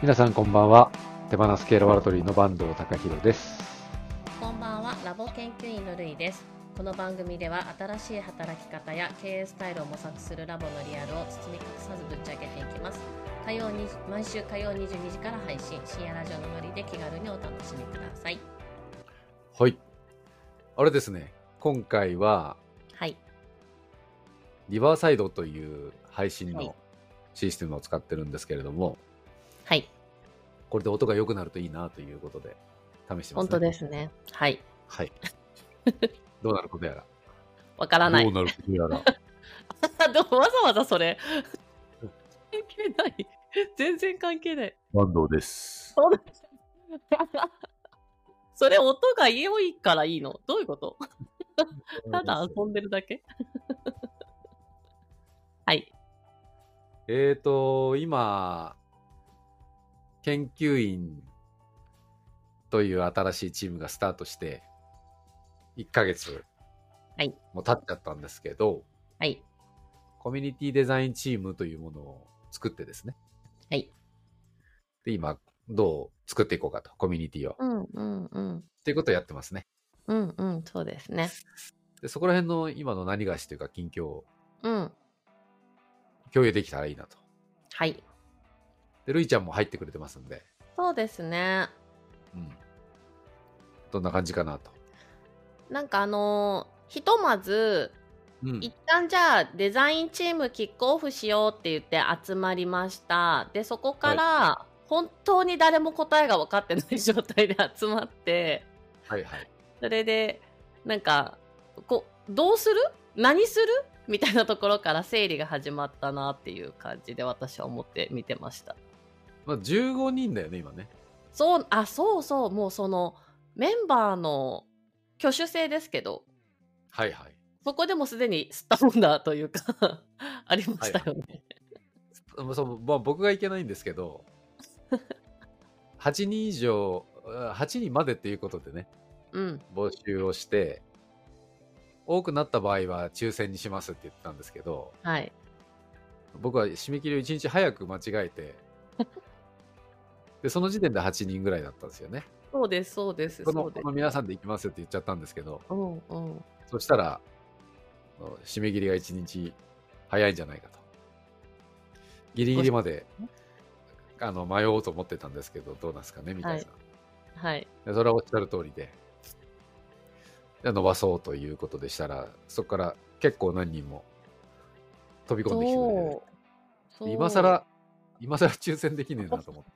皆さんこんばんは。手放す系ラボラトリーの坂東隆弘です。 こんばんは、ラボ研究員のるいです。この番組では新しい働き方や経営スタイルを模索するラボのリアルを包み隠さずぶっちゃけていきます。毎週火曜22時から配信、深夜ラジオのノリで気軽にお楽しみください。 はい。あれですね。今回ははい。 リバーサイドという配信はいのシステムを使ってるんですけれども、 はい。 これで音が良くなるといいなということで試してますね。 本当ですね。はい。 はい。どうなることやら。 わからない。 どうなることやら。 でもわざわざそれ関係ない。全然関係ない。 坂東です。 それ音が良いからいいの？どういうこと？ただ遊んでるだけ？はい。 今、研究員という新しいチームがスタートして1ヶ月はい。 もう経っちゃったんですけど、 はい。 コミュニティデザインチームというものを作ってですね。 はい。 で、今、どう作っていこうかと、コミュニティを。 うんうんうん。 っていうことをやってますね。 うんうん、そうですね。 で、そこら辺の今の何がしというか近況をうん。 共有できたらいいなと。 はい。 で、るいちゃんも入ってくれてますんで、 そうですね。 うん。どんな感じかなと。 なんかひとまず、 うん。 一旦じゃあデザインチームキックオフしようって言って集まりました。で、そこから本当に誰も答えが分かってない状態で集まって、 はいはい。 それで、なんか、どうする？何する？みたいなところから整理が始まったなっていう感じで私は思って見てました。 まあ、15人だよね、今ね。 そうそう、もうそのメンバーの挙手制ですけど、 はいはい。 そこでもすでに吸ったもんだというかありましたよね。 そう、まあ、僕がいけないんですけど、8人以上、8人までっていうことでね、 うん。 募集をして、多くなった場合は抽選にしますって言ってたんですけど、 はい。 僕は締め切りを1日早く間違えて、で、その時点で8人ぐらいだったんですよね。 そうです、そうです、 こそうです。 の皆さんで行きますよって言っちゃったんですけど、 うんうん。 そしたら、締め切りが1日早いんじゃないかと。ギリギリまで迷おうと思ってたんですけど、どうなんですかねみたいな。 はい。 でそれはおっしゃる通りで、伸ばそうということでしたら、そこから結構何人も飛び込んできてくれて、ね、 そう。 今更抽選できねえなと思って。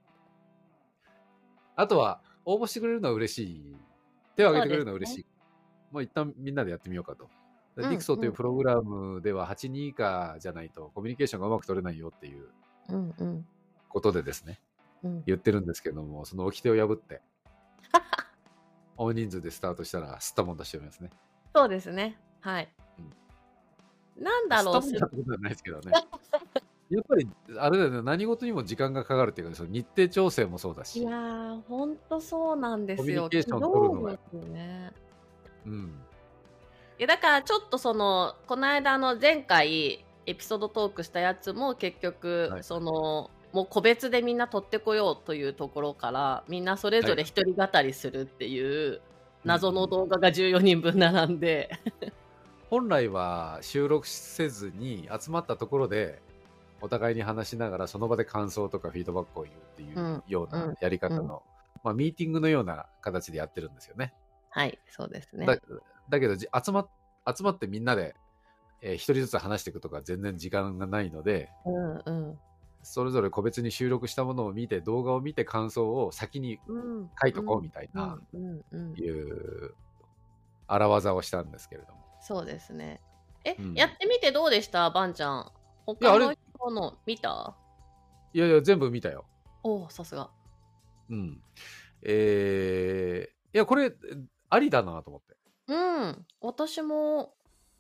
あとは、応募してくれるのは嬉しい。手を挙げてくれるのは嬉しい。もう一旦みんなでやってみようかと。ディクソというプログラムでは8人以下じゃないとコミュニケーションがうまく取れないよっていうことでですね、言ってるんですけども、その掟を破って、大人数でスタートしたら、吸ったもん出しておりますね。 そうですね。はい。なんだろう。 吸ったもんだってことはないですけどね。やっぱり、あれだよね、何事にも時間がかかるっていうか、その日程調整もそうだし。 いやー、ほんとそうなんですよ。 コミュニケーション取るのが。 ですよね。 うん。 いやだからちょっとこの間前回エピソードトークしたやつも結局、 はい、 もう個別でみんな取ってこようというところからみんなそれぞれ一人語りするっていう謎の動画が14人分並んで、 本来は収録せずに集まったところでお互いに話しながらその場で感想とかフィードバックを言うっていうようなやり方の、まあ、ミーティングのような形でやってるんですよね。 はい、そうですね。 だけど集まってみんなで、一人ずつ話していくとか全然時間がないので、それぞれ個別に収録したものを見て動画を見て感想を先に書いとこうみたいないう荒技をしたんですけれども。 そうですね。やってみてどうでしたバンちゃん？他の人の見た？ いや全部見たよ。 おお、さすが。 うん。いやこれありだなと思って。 私も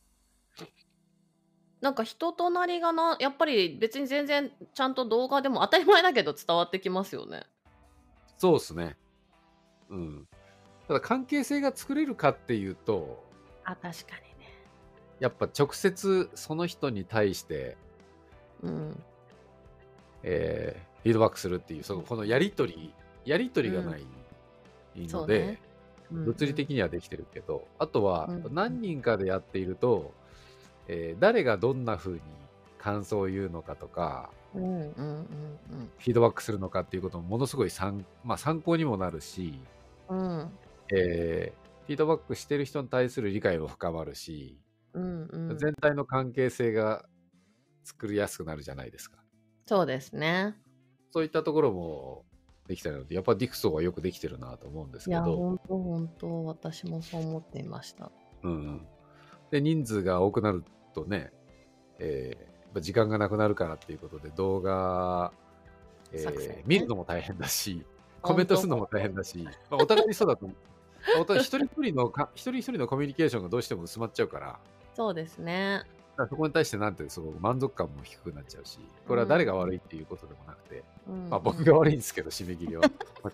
なんか人となりがやっぱり別に全然ちゃんと動画でも当たり前だけど伝わってきますよね。 そうですね。うん。ただ関係性が作れるかっていうと、 確かにね。 やっぱ直接その人に対して、 フィードバックするっていう、このやりとりがないので、 ね、 物理的にはできてるけど、あとは何人かでやっていると、誰がどんな風に感想を言うのかとか、フィードバックするのかっていうこともものすごい参考にもなるし、フィードバックしてる人に対する理解も深まるし、全体の関係性が作りやすくなるじゃないですか。 そうですね。 そういったところもできたので、やっぱディクソーはよくできてるなと思うんですけど。いや、 本当私もそう思っていました。 で、人数が多くなるとね、時間がなくなるからっていうことで動画、見るのも大変だし、コメントするのも大変だし、お互いにそうだと思う。お互い一人一人のコミュニケーションがどうしても薄まっちゃうから。 そうですね。 そこに対してすごく満足感も低くなっちゃうし、これは誰が悪いっていうことでもなくて、僕が悪いんですけど、締め切りは。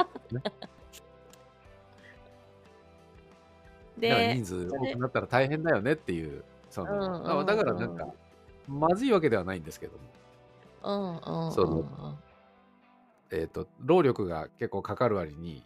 だから人数多くなったら大変だよねっていう、だからまずいわけではないんですけども、労力が結構かかる割に、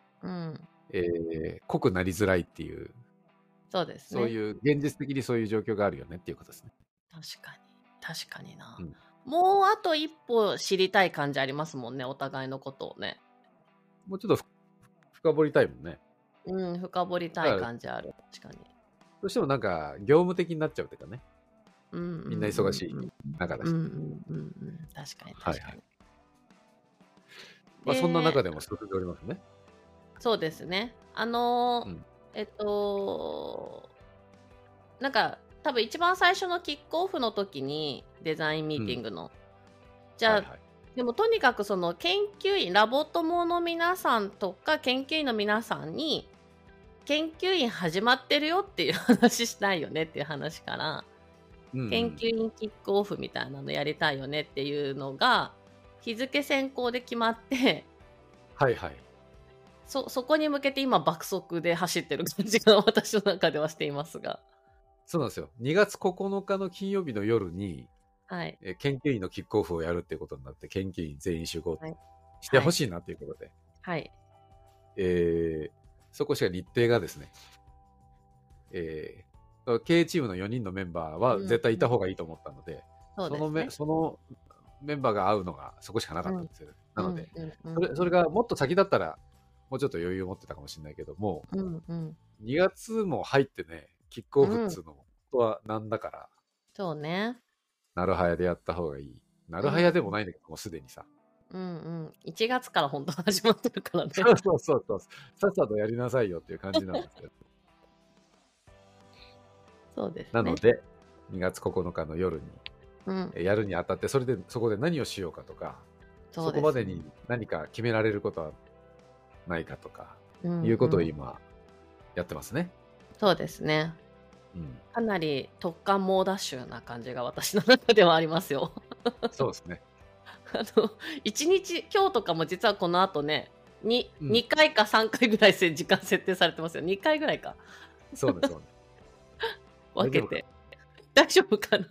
濃くなりづらいっていう、 そうですね。 そういう現実的にそういう状況があるよねっていうことですね。 確かにな。もうあと一歩知りたい感じありますもんね、お互いのことをね。 もうちょっと深掘りたいもんね。 深掘りたい感じある。確かに。どうしても業務的になっちゃうというかね。みんな忙しい中だし。 確かに。 そんな中でも進んでおりますね。 そうですね。多分一番最初のキックオフの時にデザインミーティングの、じゃあ、でもとにかくその研究員ラボ友の皆さんとか研究員の皆さんに研究員始まってるよっていう話したいよねっていう話から、研究員キックオフみたいなのやりたいよねっていうのが日付先行で決まって、そこに向けて今爆速で走ってる感じが私の中ではしていますが。 そうなんですよ。2月9日の金曜日の夜に、研究員のキックオフをやるっていうことになって、研究員全員集合してほしいなっていうことで、そこしか日程がですね、経営チームの4人のメンバーは絶対いた方がいいと思ったので、そのメンバーが会うのがそこしかなかったんですよ。なので、それがもっと先だったら、もうちょっと余裕を持ってたかもしれないけども、2月も入ってね、キックオフっつうのも本当はなんだから、 そうね。 なるはやでやった方がいい。なるはやでもないんだけど、もうすでにさ。 1月から本当始まってるからね。 そう。さっさとやりなさいよっていう感じなんですけど。 そうですね。 なので、2月9日の夜に、やるにあたって、そこで何をしようかとか、そこまでに何か決められることはないかとか、いうことを今、やってますね。 そうですね。かなり特感猛ダッシュな感じが私の中ではありますよ。 そうですね。 1日、今日とかも実はこの後ね、2回か3回ぐらい時間設定されてますよ。2回ぐらいか。 そうです。 分けて。大丈夫かな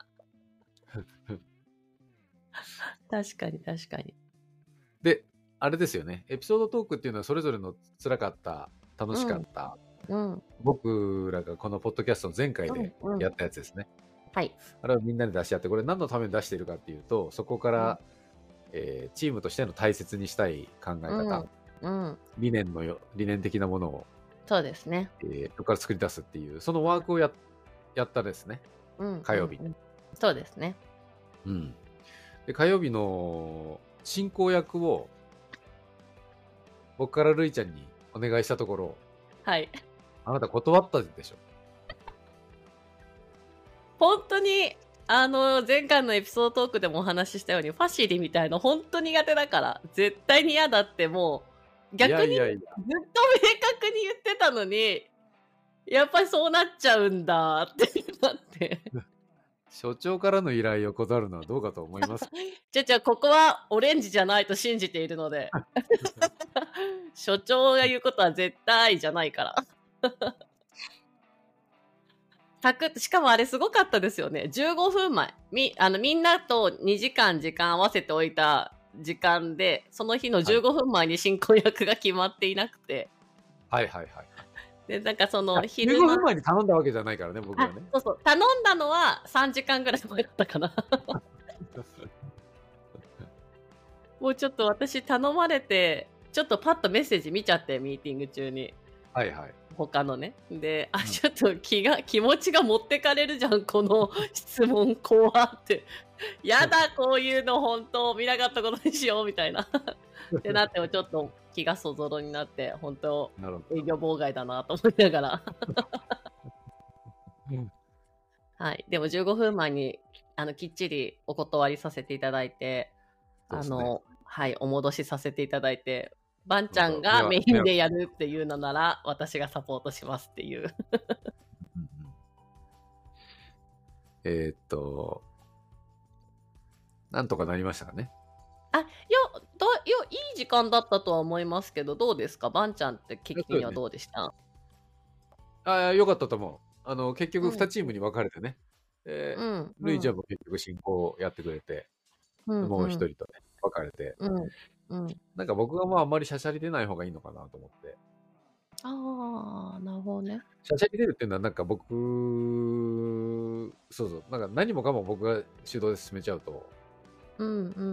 確かに。 で、あれですよね。エピソードトークっていうのはそれぞれの辛かった、楽しかった、僕らがこのポッドキャストの前回でやったやつですね。 はい。 あれをみんなで出し合って、これ何のために出しているかっていうと、そこから、チームとしての大切にしたい考え方、理念的なものを、 そうですね。 そこから作り出すっていう、そのワークをやったですね。火曜日。 そうですね。 で、火曜日の進行役を、僕からるいちゃんにお願いしたところ、 はい。 あなた断ったでしょ。 本当に、前回のエピソードトークでもお話ししたように、ファシリみたいな本当苦手だから、絶対に嫌だってもう、逆にずっと明確に言ってたのに、やっぱりそうなっちゃうんだってなって。 所長からの依頼を断るのはどうかと思います。 じゃあここはオレンジじゃないと信じているので。所長が言うことは絶対じゃないから。しかもあれすごかったですよね。15分前。みんなと2時間時間合わせておいた時間で、その日のはい。 15分前に進行役が決まっていなくて、 はいはいはい。 で、なんかそいや、 の 15 昼間、 分前に頼んだわけじゃないからね、僕はね。 そうそう、頼んだのは3時間ぐらい前だったかな。もうちょっと私頼まれて、ちょっとパッとメッセージ見ちゃって、ミーティング中に。 はいはい。 他のね。で、 うん。 ちょっと気持ちが持ってかれるじゃん、この質問怖って。やだ、こういうの本当、見なかったことにしよう、みたいな。ってなってもちょっと気がそぞろになって、本当、 なるほ営業妨害だなと思いながら。 ど。うん。 はい。でも15分前に、きっちりお断りさせていただいて、 そうですね。 はい、お戻しさせていただいて、バンちゃん本当、 がメインでやるっていうのなら、私がサポートしますっていう。 うんうん、なんとかなりましたかね。 いい時間だったとは思いますけど、どうですかバンちゃんって結局にはどうでした？ よかったと思う。結局2 うん。 チームに分かれてね。 うん。 ルイちゃんも結局進行をやってくれて、 うんもう一うん。 人とね、分かれて。 うんうん。 なんか僕があんまりしゃしゃり出ない方がいいのかなと思って。 ああ、なるほどね。 しゃしゃり出るっていうのはなんか僕、そうそう、なんか何もかも僕が主導で進めちゃうと、 うんうん。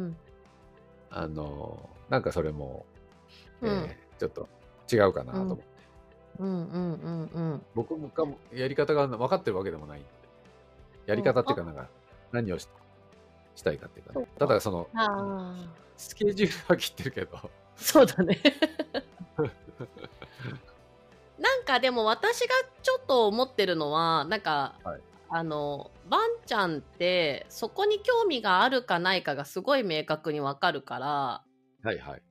なんかそれも、 うん。 ちょっと違うかなと思って。 うんうんうんうん。 僕もやり方が分かってるわけでもないんで。やり方っていうかなんか、何をしたいかっていうかね。ただその、スケジュールは切ってるけど。 そうだね。なんかでも私がちょっと思ってるのは、なんか、 はい。 バンちゃんってそこに興味があるかないかがすごい明確にわかるから、 はいはい。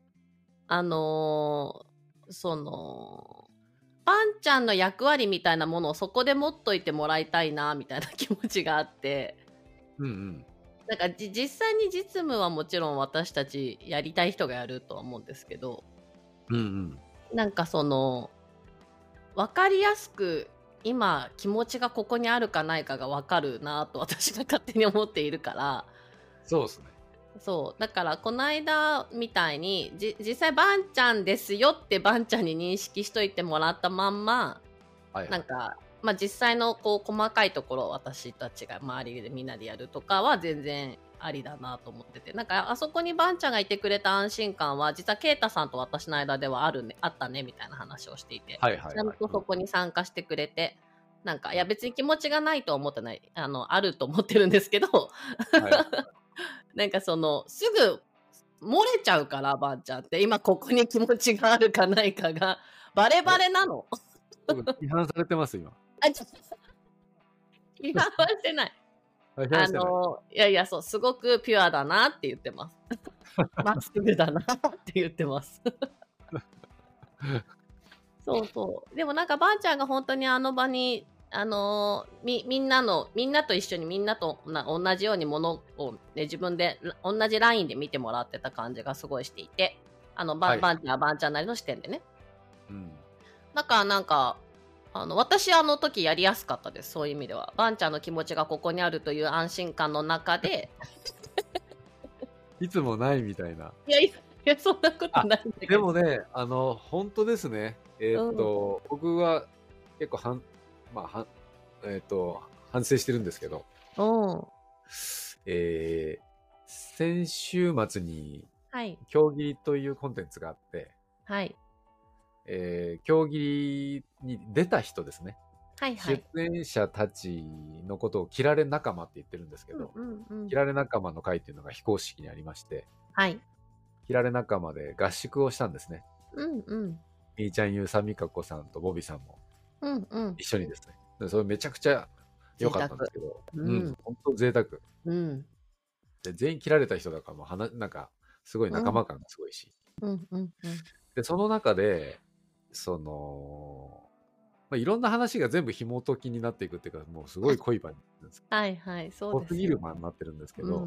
その、バンちゃんの役割みたいなものをそこで持っといてもらいたいな、みたいな気持ちがあって、 うんうん。 なんか実際に実務はもちろん私たちやりたい人がやるとは思うんですけど、 うんうん。 なんかその、わかりやすく今気持ちがここにあるかないかがわかるなと私が勝手に思っているから、 そうですね。 そうだからこの間みたいに実際バンちゃんですよってバンちゃんに認識しといてもらったまんま、 はいはい。 なんかまあ実際のこう細かいところを私たちが周りでみんなでやるとかは全然ありだなと思ってて、なんかあそこにバンちゃんがいてくれた安心感は実はケイタさんと私の間ではあったねみたいな話をしていて、 はいはいはい。 ちゃんとそこに参加してくれて、なんかいや別に気持ちがないとは思ってない、あると思ってるんですけど、 はいはい。 なんかそのすぐ漏れちゃうから、バンちゃんって今ここに気持ちがあるかないかがバレバレなの。 僕、批判されてます、今。 批判はしてない。 批判してない。 いやいや、そう、すごくピュアだなって言ってます。まっすぐだなって言ってます。そうそう。でもなんかばあちゃんが本当にあの場に、みんなと一緒にみんなと同じようにものを、ね、自分で同じラインで見てもらってた感じがすごいしていて、ばんちゃんはばんちゃんなりの視点でね。 うん。 だからなんか、私あの時やりやすかったです。そういう意味では。ばんちゃんの気持ちがここにあるという安心感の中で、 いつもないみたいな。 いや、そんなことないんだけど。 でもね、本当ですね。僕は結構反省してるんですけど、先週末に、競技というコンテンツがあって、 はい。 競技に出た人ですね。 はいはい。 出演者たちのことをキラレ仲間って言ってるんですけど、キラレ仲間の会っていうのが非公式にありまして、 はい。 キラレ仲間で合宿をしたんですね。 うんうん。 みーちゃん、ゆうさみかこさんとボビさんもうんうん。 一緒にですね。でそれめちゃくちゃ良かったんですけど、本当贅沢。で全員切られた人だからもうなんかすごい仲間感がすごいし。でその中でいろんな話が全部紐解きになっていくっていうか、もうすごい濃い場になってるんですけど、 はいはい、そうです。 濃すぎる場になってるんですけど、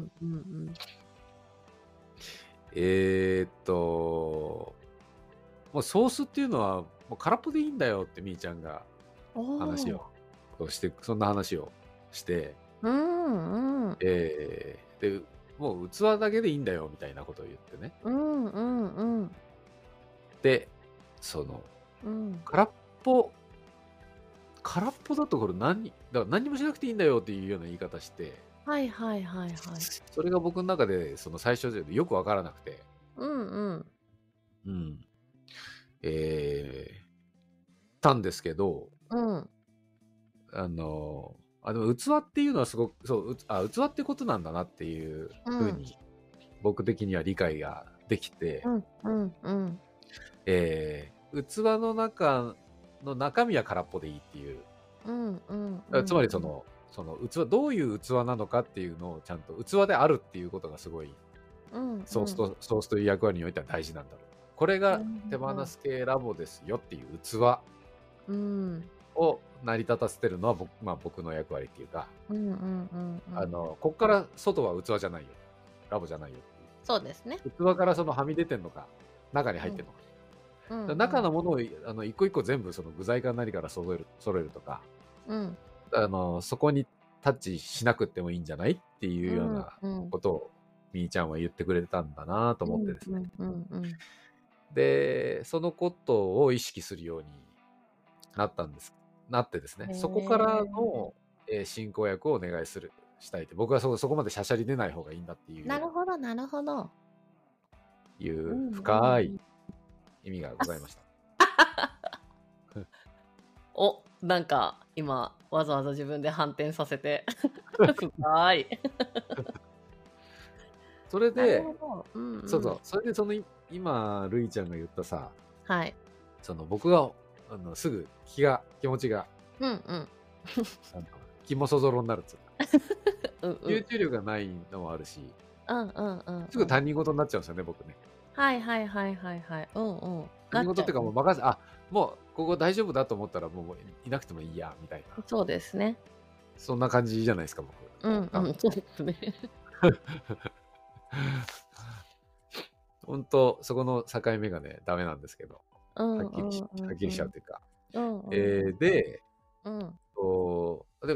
もうソースっていうのはもう空っぽでいいんだよってみーちゃんが話をして、そんな話をして、でもう器だけでいいんだよみたいなことを言ってね。 うんうんうん。 で、その、 うん。 空っぽだとこれだから何にもしなくていいんだよっていうような言い方して、 はいはいはいはい。 それが僕の中でその最初でよくわからなくて、 うんうん。 うん。たんですけど、 うん。 でも器っていうのはすごく、器ってことなんだなっていううん。 ふうに僕的には理解ができて、 うんうんうん。 器の中身は空っぽでいいっていう。 うんうんうん。 つまりその器、どういう器なのかっていうのをちゃんと器であるっていうことがすごい、 うんうん。 ソースという役割においては大事なんだろう。これが手放うんす系ラボですよっていう器うん。 を成り立たせてるのは僕の役割っていうか、 うんうんうんうん。 こっから外は器じゃないよ。ラボじゃないよってそうですね。 いう。器からそのはみ出てんのか、中に入ってんのか。 うんうん。 中のものを一個一個全部その具材か何から揃えるとか、 うん。 そこにタッチしなくてもいいんじゃないっていうようなうんことをみーちゃんは言ってくれたんだなとう思ってですね。 んうんうん。 で、そのことを意識するようになってですね、 へそこからえ。 の、進行役をお願いしたいって、僕はそこまでしゃしゃり出ない方がいいんだっていうような、 なるほどなるほど。 いううんうん深いうん。 意味がございました。 お、なんか今わざわざ自分で反転させて深い。 それなるで、 ほど。うんうん。 それで今、るいちゃんが言ったさ、 はい。 僕が、すぐ気持ちが、 うんうん。 気もそぞろになるっつうか、 うんうん。 集中力がないのもあるし、 うんうんうんすぐうん。 他人事になっちゃうんですよね、僕ね。 はいはいはいはいはい。うんうん。な他人事っていうかっちゃうね。 もうここ大丈夫だと思ったらもういなくてもいいや、みたいな。 そうですね。 そんな感じじゃないですか、僕。 うん多分。 うん、そうですね。 本当そこの境目がね、ダメなんですけど、 うんはっきりしうんうんはっきりしちゃうというか。 うんうんで、 うん。 でも、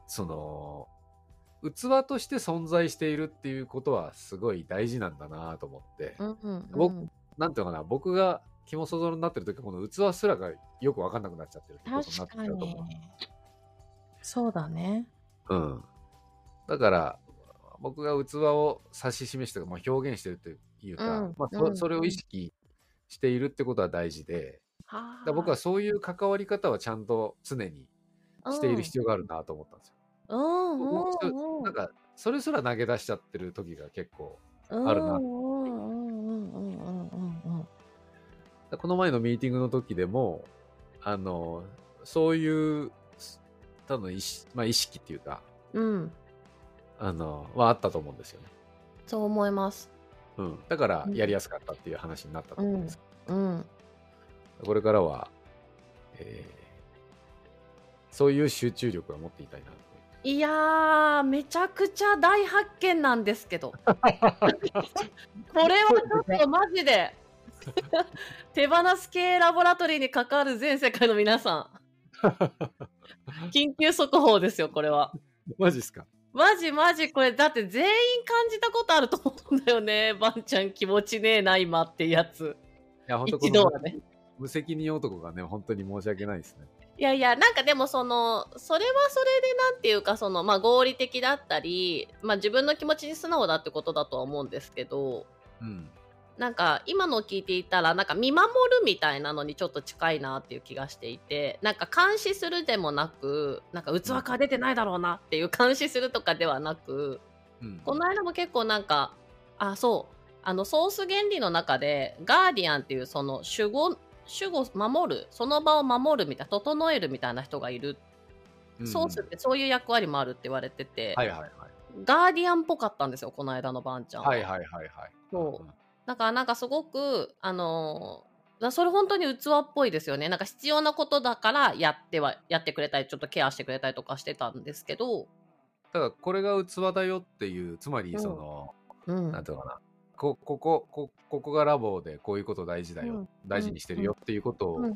器として存在しているっていうことはすごい大事なんだなと思って、 うんうんう僕、 ん。 なんていうのかな、僕が気もそぞろになってる時は、この器すらがよくわかんなくなっちゃってるってことになっ確かに。 ちゃうと思そうだね。 う。うん。だから、僕が器を指し示してる、表現してるというか、 うんうんそれをうん。 意識しているってことは大事で、僕ははそういう関わり方はちゃんと常にあ。 しているうん。 必要があるなと思ったんですよ。 うんもううんうん。 なんか、それすら投げ出しちゃってる時が結構うんあるな。 うんうんうんうんうんうん。 この前のミーティングの時でも、そういう、多分意識っていうか、 うん。 はあったと思うんですよね。 そう思います。 うん。だからうん。 やりやすかったっていう話になったうん。 と思うんです。 うん。 これからは、えーそういう集中力を持っていたいなと。 いやー、めちゃくちゃ大発見なんですけど。これはちょっとマジで手放す系ラボラトリーに関わる全世界の皆さん、緊急速報ですよ、これは。 マジっすか？ マジマジ、これだって全員感じたことあると思うんだよね。ばんちゃん気持ちねえな、今ってやつ。 いや、本当この一度はね。 無責任男がね、本当に申し訳ないですね。 いやいや、なんかでもそれはそれでなんていうか、合理的だったり、自分の気持ちに素直だってことだとは思うんですけど、 うん。 なんか今のを聞いていたら、なんか見守るみたいなのにちょっと近いなっていう気がしていて、なんか監視するでもなく、なんか器から出てないだろうなっていう監視するとかではなく、 うん。 この間も結構なんか、ソース原理の中で、ガーディアンっていうその守護守る、その場を守るみたいな、整えるみたいな人がいる。 うん。 ソースってそういう役割もあるって言われてて、 はいはいはい。 ガーディアンっぽかったんですよ、この間のバンちゃんは。 はいはいはいはい。 そう。だからなんかすごく、それ本当に器っぽいですよね。なんか必要なことだからやってくれたり、ちょっとケアしてくれたりとかしてたんですけど、 ただこれが器だよっていう、つまりなんていうのかな。ここがラボでこういうこと大事だよ、大事にしてるよっていうことを、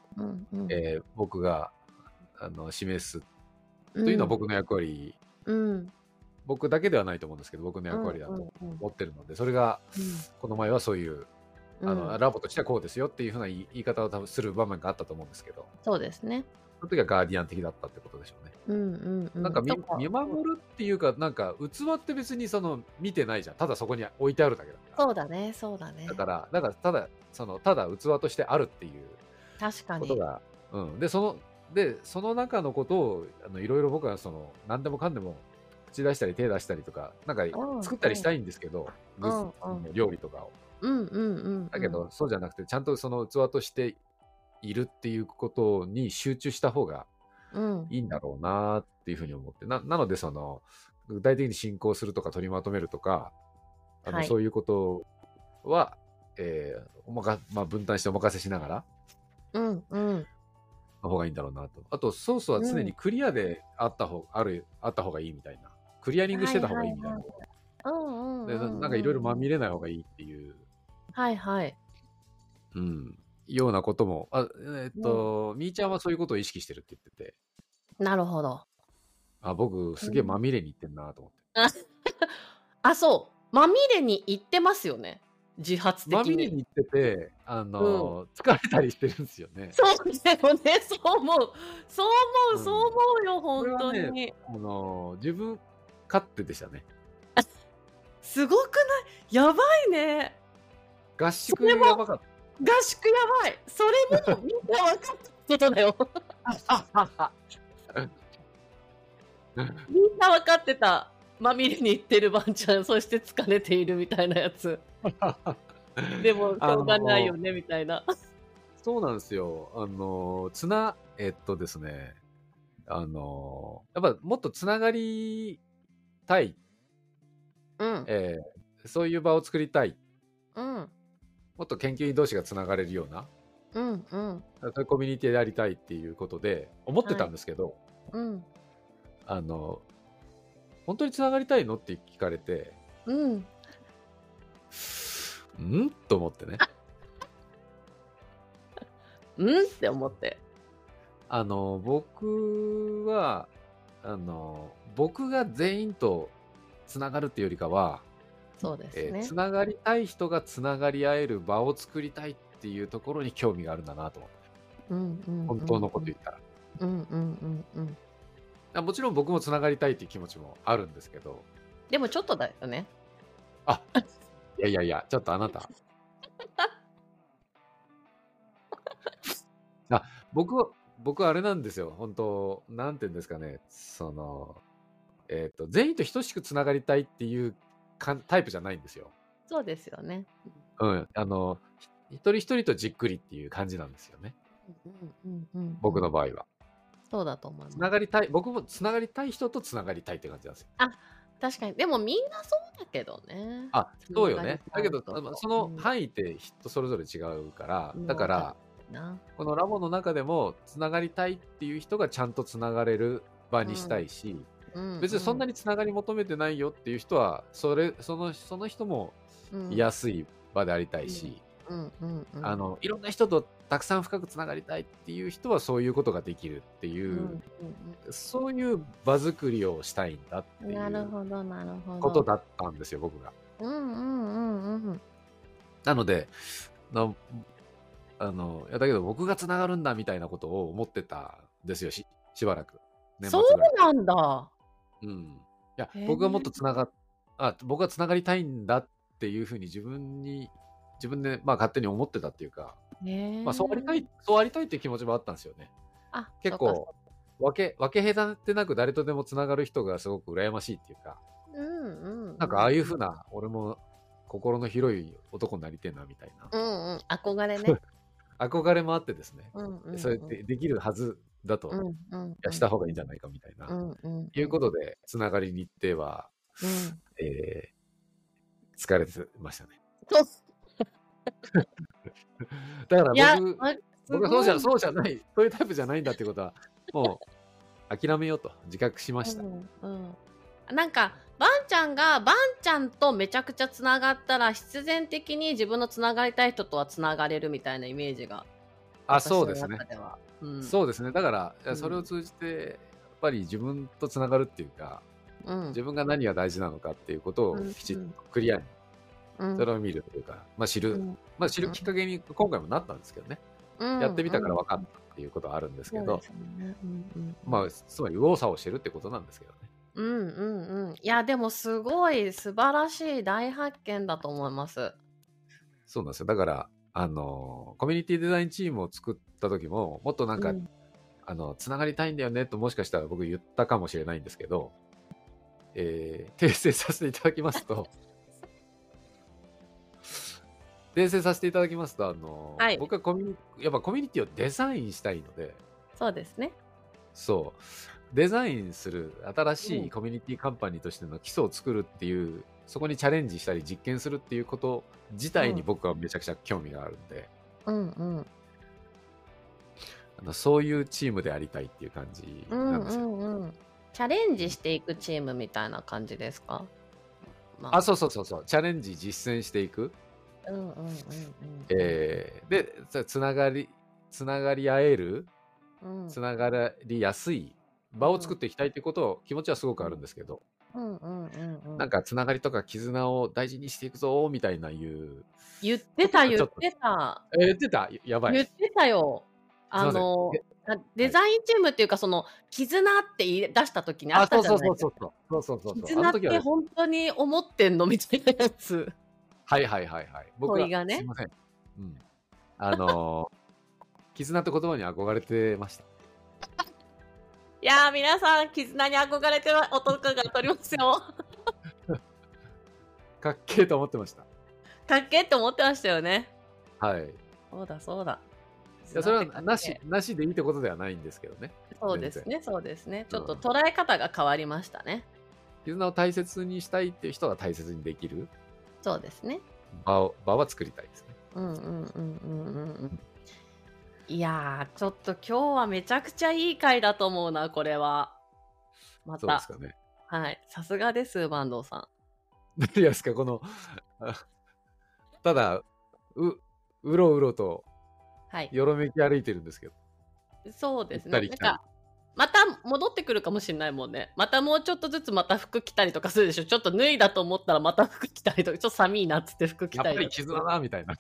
僕が示すというのは僕の役割僕だけではないと思うんですけど、僕の役割だと思ってるので、それがこの前はそういうラボとしてはこうですよっていうふうな言い方を多分する場面があったと思うんですけど、 そうですね。 その時はガーディアン的だったってことでしょうね。なんか見守るっていうか、なんか器って別にその見てないじゃん。ただそこに置いてあるだけだから。 そうだね、そうだね。 だからただただ器としてあるっていう確かに。 ことが、でその中のことをいろいろ僕は何でもかんでも口出したり手出したりとかなんか作ったりしたいんですけど、料理とかを。だけどそうじゃなくてちゃんとその器としているっていうことに集中した方がいいんだろうなっていうふうに思って、なので具体的に進行するとか取りまとめるとかそういうことは、分担してお任せしながらの方がいいんだろうなと。あとソースは常にクリアであった方がいいみたいな、クリアリングしてた方がいいみたいな、なんかいろいろまみれない方がいいっていう、ようなこともみーちゃんはそういうことを意識してるって言ってて、 なるほど。 僕すげえまみれにいってんなと思って。 そう。まみれにいってますよね。自発的に。 まみれにいってて、疲れたりしてるんですよね。 そうだよね。そう思うよ、本当に。 ね、自分勝手でしたね。 すごくない？やばいね。 合宿やばかった。 合宿やばい。それもみんな分かったことだよ。みんな分かってた。まみれに行ってるばんちゃん、そして疲れているみたいなやつ。でも、しょうがないよね、みたいな。 そうなんですよ。ですね。やっぱもっとつながりたい。そういう場を作りたい。もっと研究員同士がつながれるような。そういうコミュニティでやりたいっていうことで思ってたんですけど、本当につながりたいのって聞かれて、と思ってね。 って思って。 僕は僕が全員とつながるっていうよりかは、 そうですね。 つながりたい人がつながり合える場を作りたいっていうところに興味があるんだなと思って。本当のこと言ったら。もちろん僕もつながりたいっていう気持ちもあるんですけど。 でもちょっとだよね。 いや、ちょっとあなた。僕はあれなんですよ。本当なんて言うんですかね。全員と等しくつながりたいっていうタイプじゃないんですよ。 そうですよね。 一人一人とじっくりっていう感じなんですよね。僕の場合は。 そうだと思います。 僕もつながりたい人とつながりたいって感じなんですよ。 確かに。でもみんなそうだけどね。 そうよね。だけど、その範囲って人それぞれ違うから、だから、このラボの中でもつながりたいっていう人がちゃんとつながれる場にしたいし、別にそんなにつながり求めてないよっていう人は、その人も居やすい場でありたいし、いろんな人とたくさん深くつながりたいっていう人はそういうことができるっていう、そういう場作りをしたいんだっていうことだったんですよ、僕が。なのでだけど僕がつながるんだみたいなことを思ってたんですよ、しばらく。 そうなんだ。 いや、僕がもっと僕がつながりたいんだっていうふうに自分で勝手に思ってたっていうか、そうありたいっていう気持ちもあったんですよね。結構分け隔てなく誰とでもつながる人がすごく羨ましいっていうか、なんかああいうふうな俺も心の広い男になりてえなみたいな、 憧れね。 憧れもあってですね、それできるはずだとした方がいいんじゃないかみたいな、いうことでつながりに行っては、疲れてましたね。だから僕はそうじゃない、そういうタイプじゃないんだってことはもう諦めようと自覚しました。 なんかバンちゃんがバンちゃんとめちゃくちゃつながったら必然的に自分のつながりたい人とはつながれるみたいなイメージが。 そうですね。そうですね。だからそれを通じてやっぱり自分とつながるっていうか、 自分が何が大事なのかっていうことをきちっとクリアに、それを見るというか、知るきっかけに今回もなったんですけどね。やってみたから分かったっていうことはあるんですけど、つまり右往左往してるってことなんですけどね。 いや、でもすごい素晴らしい大発見だと思います。 そうなんですよ。だから、コミュニティデザインチームを作った時も、もっとなんか、つながりたいんだよねともしかしたら僕言ったかもしれないんですけど、訂正させていただきますと、僕はやっぱコミュニティをデザインしたいので、 そうですね。 そう。デザインする新しいコミュニティカンパニーとしての基礎を作るっていう、そこにチャレンジしたり実験するっていうこと自体に僕はめちゃくちゃ興味があるんで、そういうチームでありたいっていう感じなんですよ。 チャレンジしていくチームみたいな感じですか？ そう。チャレンジ実践していく。で、つながり合える、つながりやすい場を作っていきたいってことを気持ちはすごくあるんですけど、なんかつながりとか絆を大事にしていくぞみたいな言ってた。 言ってたやばい。 言ってたよ。デザインチームっていうか、その絆って言い出した時にあったじゃないですか。 そう。 絆って本当に思ってんのみたいなやつ。 はい。僕はね、 すいません。絆って言葉に憧れてました。 いやー、皆さん絆に憧れてる男が撮りますよ。 かっけーと思ってました。 かっけーって思ってましたよね。 はい。 そうだ。 いや、それはなしでいいってことではないんですけどね。 そうですね。ちょっと捉え方が変わりましたね。 絆を大切にしたいっていう人が大切にできる。 そうですね。 場は作りたいですね。 いやー、ちょっと今日はめちゃくちゃいい回だと思うな、これは。また。 そうですかね。 はい。さすがです、坂東さん。 何ですか、この、ただ、うろうろと、よろめき歩いてるんですけど。 そうですね。なんか、また戻ってくるかもしれないもんね。またもうちょっとずつまた服着たりとかするでしょ。ちょっと脱いだと思ったらまた服着たりとか、ちょっと寒いなっつって服着たりとか。 やっぱり絆だみたいな。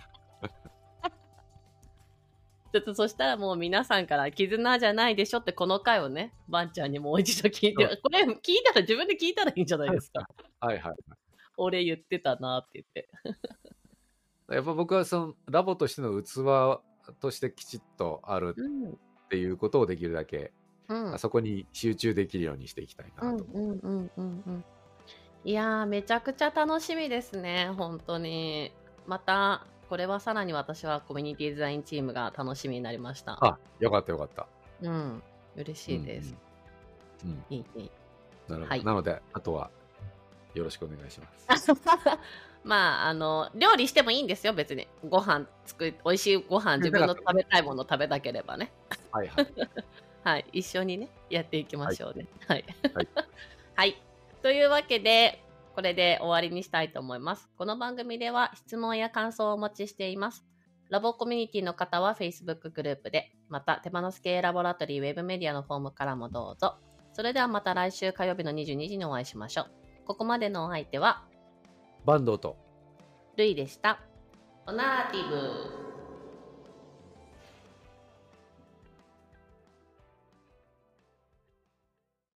ちょっとそしたらもう皆さんから絆じゃないでしょってこの回をね、ばんちゃんにもう一度聞いて、これ聞いたら自分で聞いたらいいんじゃないですか。 はい。 俺言ってたなって言って。 やっぱ僕はそのラボとしての器としてきちっとあるっていうことをできるだけ、そこに集中できるようにしていきたいなと。 いやー、めちゃくちゃ楽しみですね、本当に。また、これはさらに私はコミュニティデザインチームが楽しみになりました。 よかった。 嬉しいです。いい。 なので、あとはよろしくお願いします。 料理してもいいんですよ、別に。美味しいご飯、自分の食べたいもの食べたければね。はい、一緒にね、やっていきましょうね。はい。というわけで、これで終わりにしたいと思います。この番組では質問や感想をお待ちしています。ラボコミュニティの方は Facebook グループで、また手放す系ラボラトリーウェブメディアのフォームからもどうぞ。それではまた来週火曜日の22時にお会いしましょう。ここまでのお相手は、 坂東とルイでした。オナーティブ。